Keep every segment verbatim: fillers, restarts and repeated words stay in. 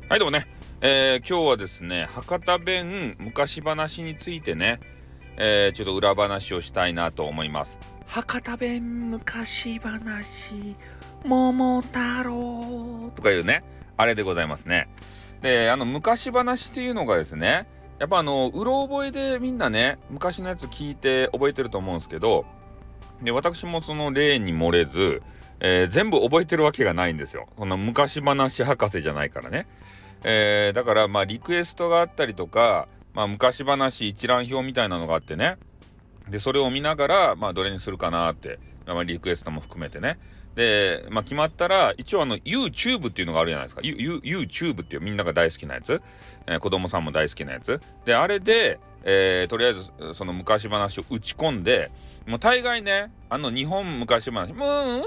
はいどうもね、えー、今日はですね博多弁昔話についてね、えー、ちょっと裏話をしたいなと思います。博多弁昔話桃太郎とかいうねあれでございますね。であの昔話っていうのがですね、やっぱあのうろ覚えでみんなね昔のやつ聞いて覚えてると思うんですけど、で私もその例に漏れず、えー、全部覚えてるわけがないんですよ。そんな昔話博士じゃないからね。えー、だからまあリクエストがあったりとか、まあ、昔話一覧表みたいなのがあってね、でそれを見ながらまあどれにするかなって、まあ、リクエストも含めてね、で、まあ、決まったら一応あの YouTube っていうのがあるじゃないですか。ユユ YouTube っていうみんなが大好きなやつ、えー、子供さんも大好きなやつで、あれで、えー、とりあえずその昔話を打ち込んで、もう大概ね、あの日本昔話、もう、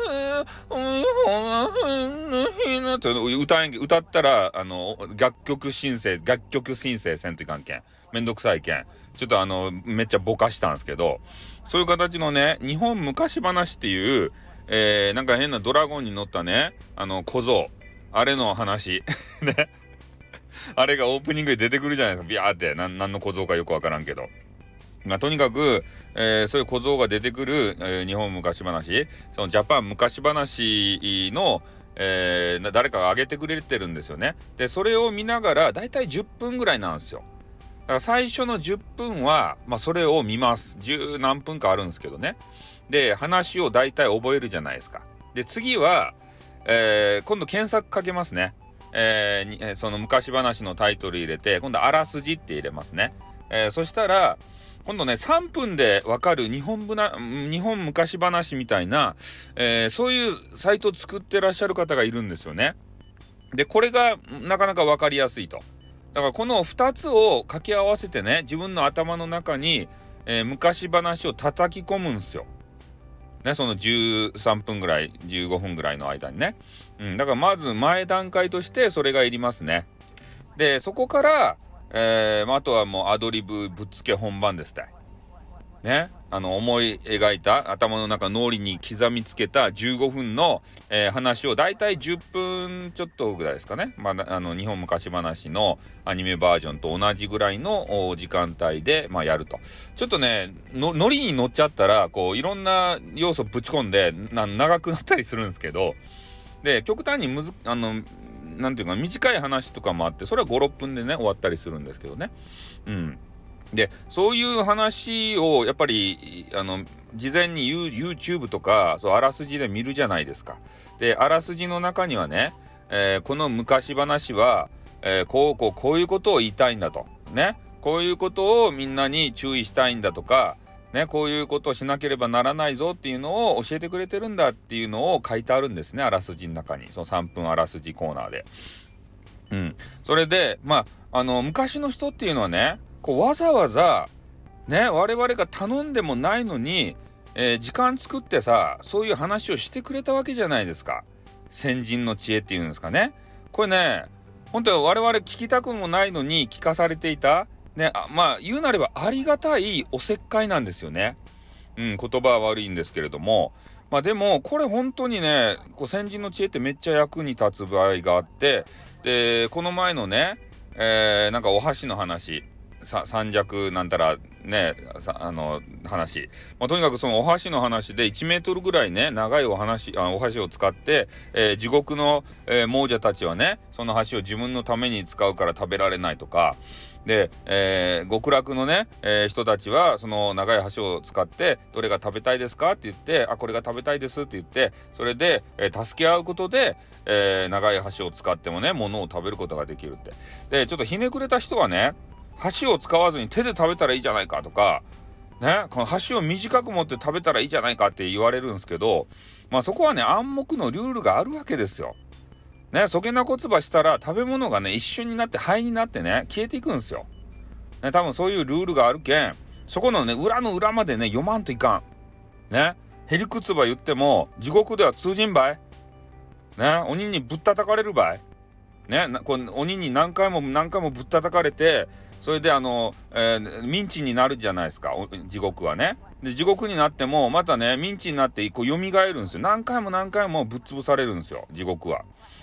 って歌えん歌ったら、あの、楽曲申請、楽曲申請せんといかんけん。めんどくさいけん。ちょっとあの、めっちゃぼかしたんですけど、そういう形のね、日本昔話っていう、えー、なんか変なドラゴンに乗ったね、あの、小僧、あれの話。ね。あれがオープニングで出てくるじゃないですか。ビャーって。なん、なんの小僧かよくわからんけど。まあ、とにかく、えー、そういう小僧が出てくる、えー、日本昔話、そのジャパン昔話の、えー、誰かが上げてくれてるんですよね。で、それを見ながら、だいたいじゅっぷんぐらいなんですよ。だから最初のじゅっぷんは、まあ、それを見ます。じゅう何分かあるんですけどね。で、話をだいたい覚えるじゃないですか。で、次は、えー、今度検索かけますね。えーに、その昔話のタイトル入れて、今度あらすじって入れますね。えー、そしたら、今度ね、さんぷんでわかる日本ぶな、日本昔話みたいな、えー、そういうサイトを作ってらっしゃる方がいるんですよね。で、これがなかなかわかりやすいと。だからこのふたつを掛け合わせてね、自分の頭の中に、えー、昔話を叩き込むんですよ。ね、そのじゅうさんぷんぐらい、じゅうごふんぐらいの間にね。うん、だからまず前段階としてそれがいりますね。で、そこから、えー、まあ、あとはもうアドリブぶっつけ本番ですたい。ね。あの、思い描いた、頭の中脳裏に刻みつけたじゅうごふんの、えー、話をだいたいじゅっぷんちょっとぐらいですかね。まあ、あの、日本昔話のアニメバージョンと同じぐらいの時間帯で、まあ、やると。ちょっとね、の、ノリに乗っちゃったら、こう、いろんな要素ぶち込んで、な、長くなったりするんですけど、で、極端にむず、あの、なんていうか、短い話とかもあって、それはご、ろっぷんでね、終わったりするんですけどね。うん。で、そういう話を、やっぱり、あの、事前に YouTube とか、そう、あらすじで見るじゃないですか。で、あらすじの中にはね、えー、この昔話は、えー、こう、こう、こういうことを言いたいんだと。ね。こういうことをみんなに注意したいんだとか、ね、こういうことをしなければならないぞっていうのを教えてくれてるんだっていうのを書いてあるんですね、あらすじの中に。そのさんぷんあらすじコーナーで。うん。それで、まあ、あの、昔の人っていうのはね、こう、わざわざ、ね、我々が頼んでもないのに、えー時間作ってさ、そういう話をしてくれたわけじゃないですか。先人の知恵っていうんですかね。これね、本当は我々聞きたくもないのに聞かされていた、ね、あまあ、言うなればありがたいおせっかいなんですよね。うん、言葉は悪いんですけれども。まあでも、これ本当にね、こう先人の知恵ってめっちゃ役に立つ場合があって、で、この前のね、えー、なんかお箸の話、さ三尺なんたらね、さあの話、まあ、とにかくそのお箸の話でいちメートルぐらいね長いお話あお箸を使って、えー地獄の、えー亡者たちはねその箸を自分のために使うから食べられないとかで、えー極楽のね、えー人たちはその長い箸を使ってどれが食べたいですかって言って、あこれが食べたいですって言って、それで、えー助け合うことで、えー長い箸を使ってもね物を食べることができるって。でちょっとひねくれた人はね、箸を使わずに手で食べたらいいじゃないかとかね、この箸を短く持って食べたらいいじゃないかって言われるんですけど、まあそこはね暗黙のルールがあるわけですよ。ね、そげなこつばしたら食べ物がね一緒になって灰になってね消えていくんですよ。ね、多分そういうルールがあるけん、そこのね裏の裏までね読まんといかん。ね、へりくつば言っても地獄では通じんばい。ね、鬼にぶったたかれるばい。ね、なこう鬼に何回も何回もぶったたかれて、それであの、えーミンチになるじゃないですか、お地獄はね。で地獄になってもまたねミンチになってこう蘇るんですよ。何回も何回もぶっ潰されるんですよ、地獄は。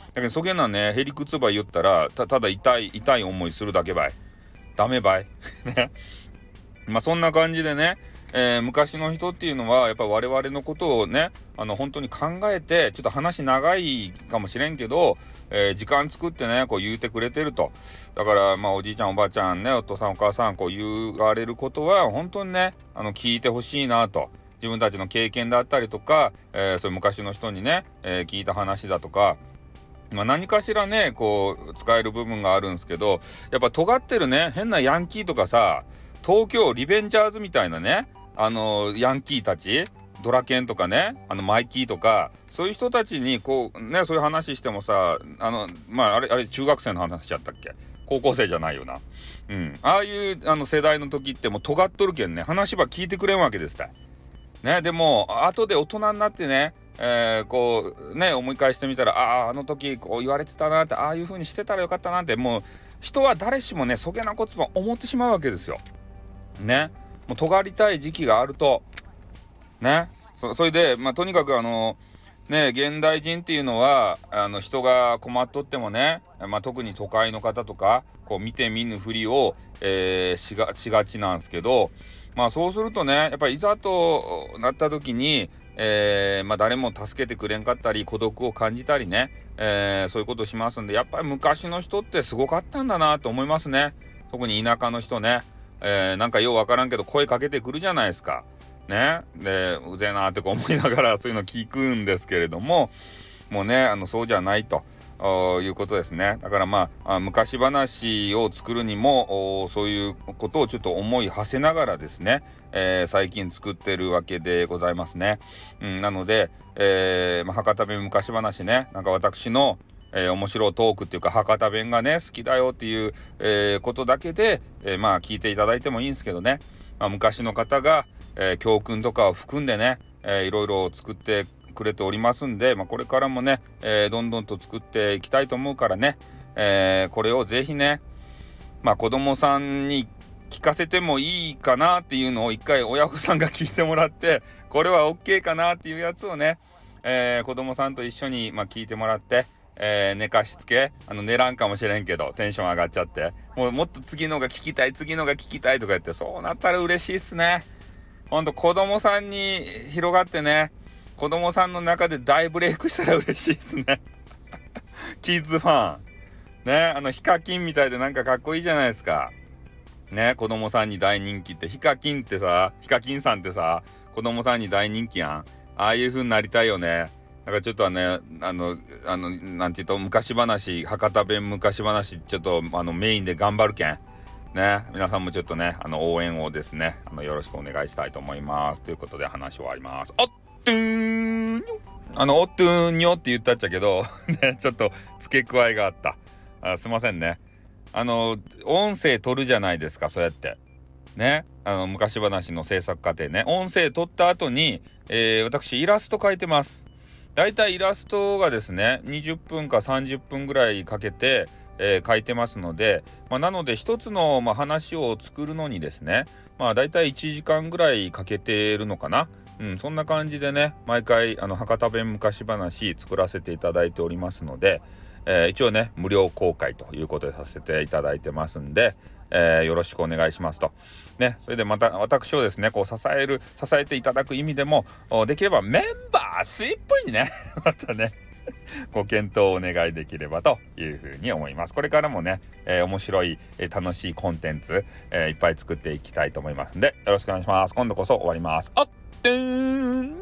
だけどそげなねへりくつば言ったら た, ただ痛い痛い思いするだけばいダメばいね。まあそんな感じでね、えー、昔の人っていうのはやっぱ我々のことをねあの本当に考えて、ちょっと話長いかもしれんけど、えー、時間作ってねこう言うてくれてると。だからまあおじいちゃんおばあちゃんね、お父さんお母さんこう言われることは本当にねあの聞いてほしいなと。自分たちの経験だったりとか、えー、そういう昔の人にね、えー、聞いた話だとか、まあ、何かしらねこう使える部分があるんですけど、やっぱ尖ってるね変なヤンキーとかさ、東京リベンジャーズみたいなねあのヤンキーたち、ドラケンとかね、あのマイキーとか、そういう人たちにこうねそういう話してもさ、あのまああれあれ中学生の話しちゃったっけ、高校生じゃないよな。うんああいうあの世代の時ってもう尖っとるけんね、話ば聞いてくれんわけですたいね。でも後で大人になってね、えー、こうね思い返してみたら、あああの時こう言われてたなって、ああいう風にしてたらよかったなって、もう人は誰しもねそげなこつば思ってしまうわけですよね。もう尖りたい時期があるとね。 そ, それでまあとにかくあのね現代人っていうのはあの人が困っとってもね、まあ、特に都会の方とかこう見て見ぬふりを、えー、しがしがちなんですけど、まあそうするとねやっぱりいざとなった時に、えー、まあ誰も助けてくれんかったり孤独を感じたりね、えー、そういうことしますんで、やっぱり昔の人ってすごかったんだなと思いますね。特に田舎の人ね、えー、なんかようわからんけど声かけてくるじゃないですかね。でうぜえなってこう思いながらそういうの聞くんですけれども、もうねあのそうじゃないということですね。だからまあ、あ昔話を作るにもそういうことをちょっと思い馳せながらですね、えー、最近作ってるわけでございますね。うん、なので、えーまあ、博多弁昔話ね、なんか私のえー、面白いトークっていうか博多弁がね好きだよっていう、えー、ことだけで、えー、まあ聞いていただいてもいいんですけどね、まあ、昔の方が、えー、教訓とかを含んでね、えー、いろいろ作ってくれておりますんで、まあ、これからもね、えー、どんどんと作っていきたいと思うからね、えー、これをぜひね、まあ子供さんに聞かせてもいいかなっていうのを一回親御さんが聞いてもらって、これは OK かなっていうやつをね、えー、子供さんと一緒に、まあ、聞いてもらって、えー、寝かしつけ、あの寝らんかもしれんけどテンション上がっちゃって、もうもっと次のが聞きたい次のが聞きたいとか言って、そうなったら嬉しいっすね。ほんと子供さんに広がってね、子供さんの中で大ブレイクしたら嬉しいっすねキッズファンね、あのヒカキンみたいでなんかかっこいいじゃないですかね。子供さんに大人気って、ヒカキンってさ、ヒカキンさんってさ子供さんに大人気やん。ああいう風になりたいよね。だからちょっとはね、あの、あの、なんていうと、昔話、博多弁昔話、ちょっと、あの、メインで頑張るけん。ね、皆さんもちょっとね、あの、応援をですね、あの、よろしくお願いしたいと思います。ということで話終わります。おっとーにょあの、おっとーにょって言ったっちゃけど、ね、ちょっと付け加えがあった。あ、すいませんね。あの、音声取るじゃないですか、そうやって。ね、あの、昔話の制作過程ね、音声取った後に、えー、私、イラスト描いてます。だいたいイラストがですねにじゅっぷんかさんじゅっぷんぐらいかけて、えー、書いてますので、まあ、なので一つの、まあ、話を作るのにですね、まあだいたいいちじかんぐらいかけてるのかな。うん、そんな感じでね毎回あの博多弁昔話作らせていただいておりますので、えー、一応ね無料公開ということでさせていただいてますんで、えー、よろしくお願いしますとね。それでまた私をですねこう支える支えていただく意味でもできればメンバーシップにねまたねご検討をお願いできればというふうに思います。これからもね、えー、面白い、えー、楽しいコンテンツ、えー、いっぱい作っていきたいと思いますんでよろしくお願いします。今度こそ終わります。あってーん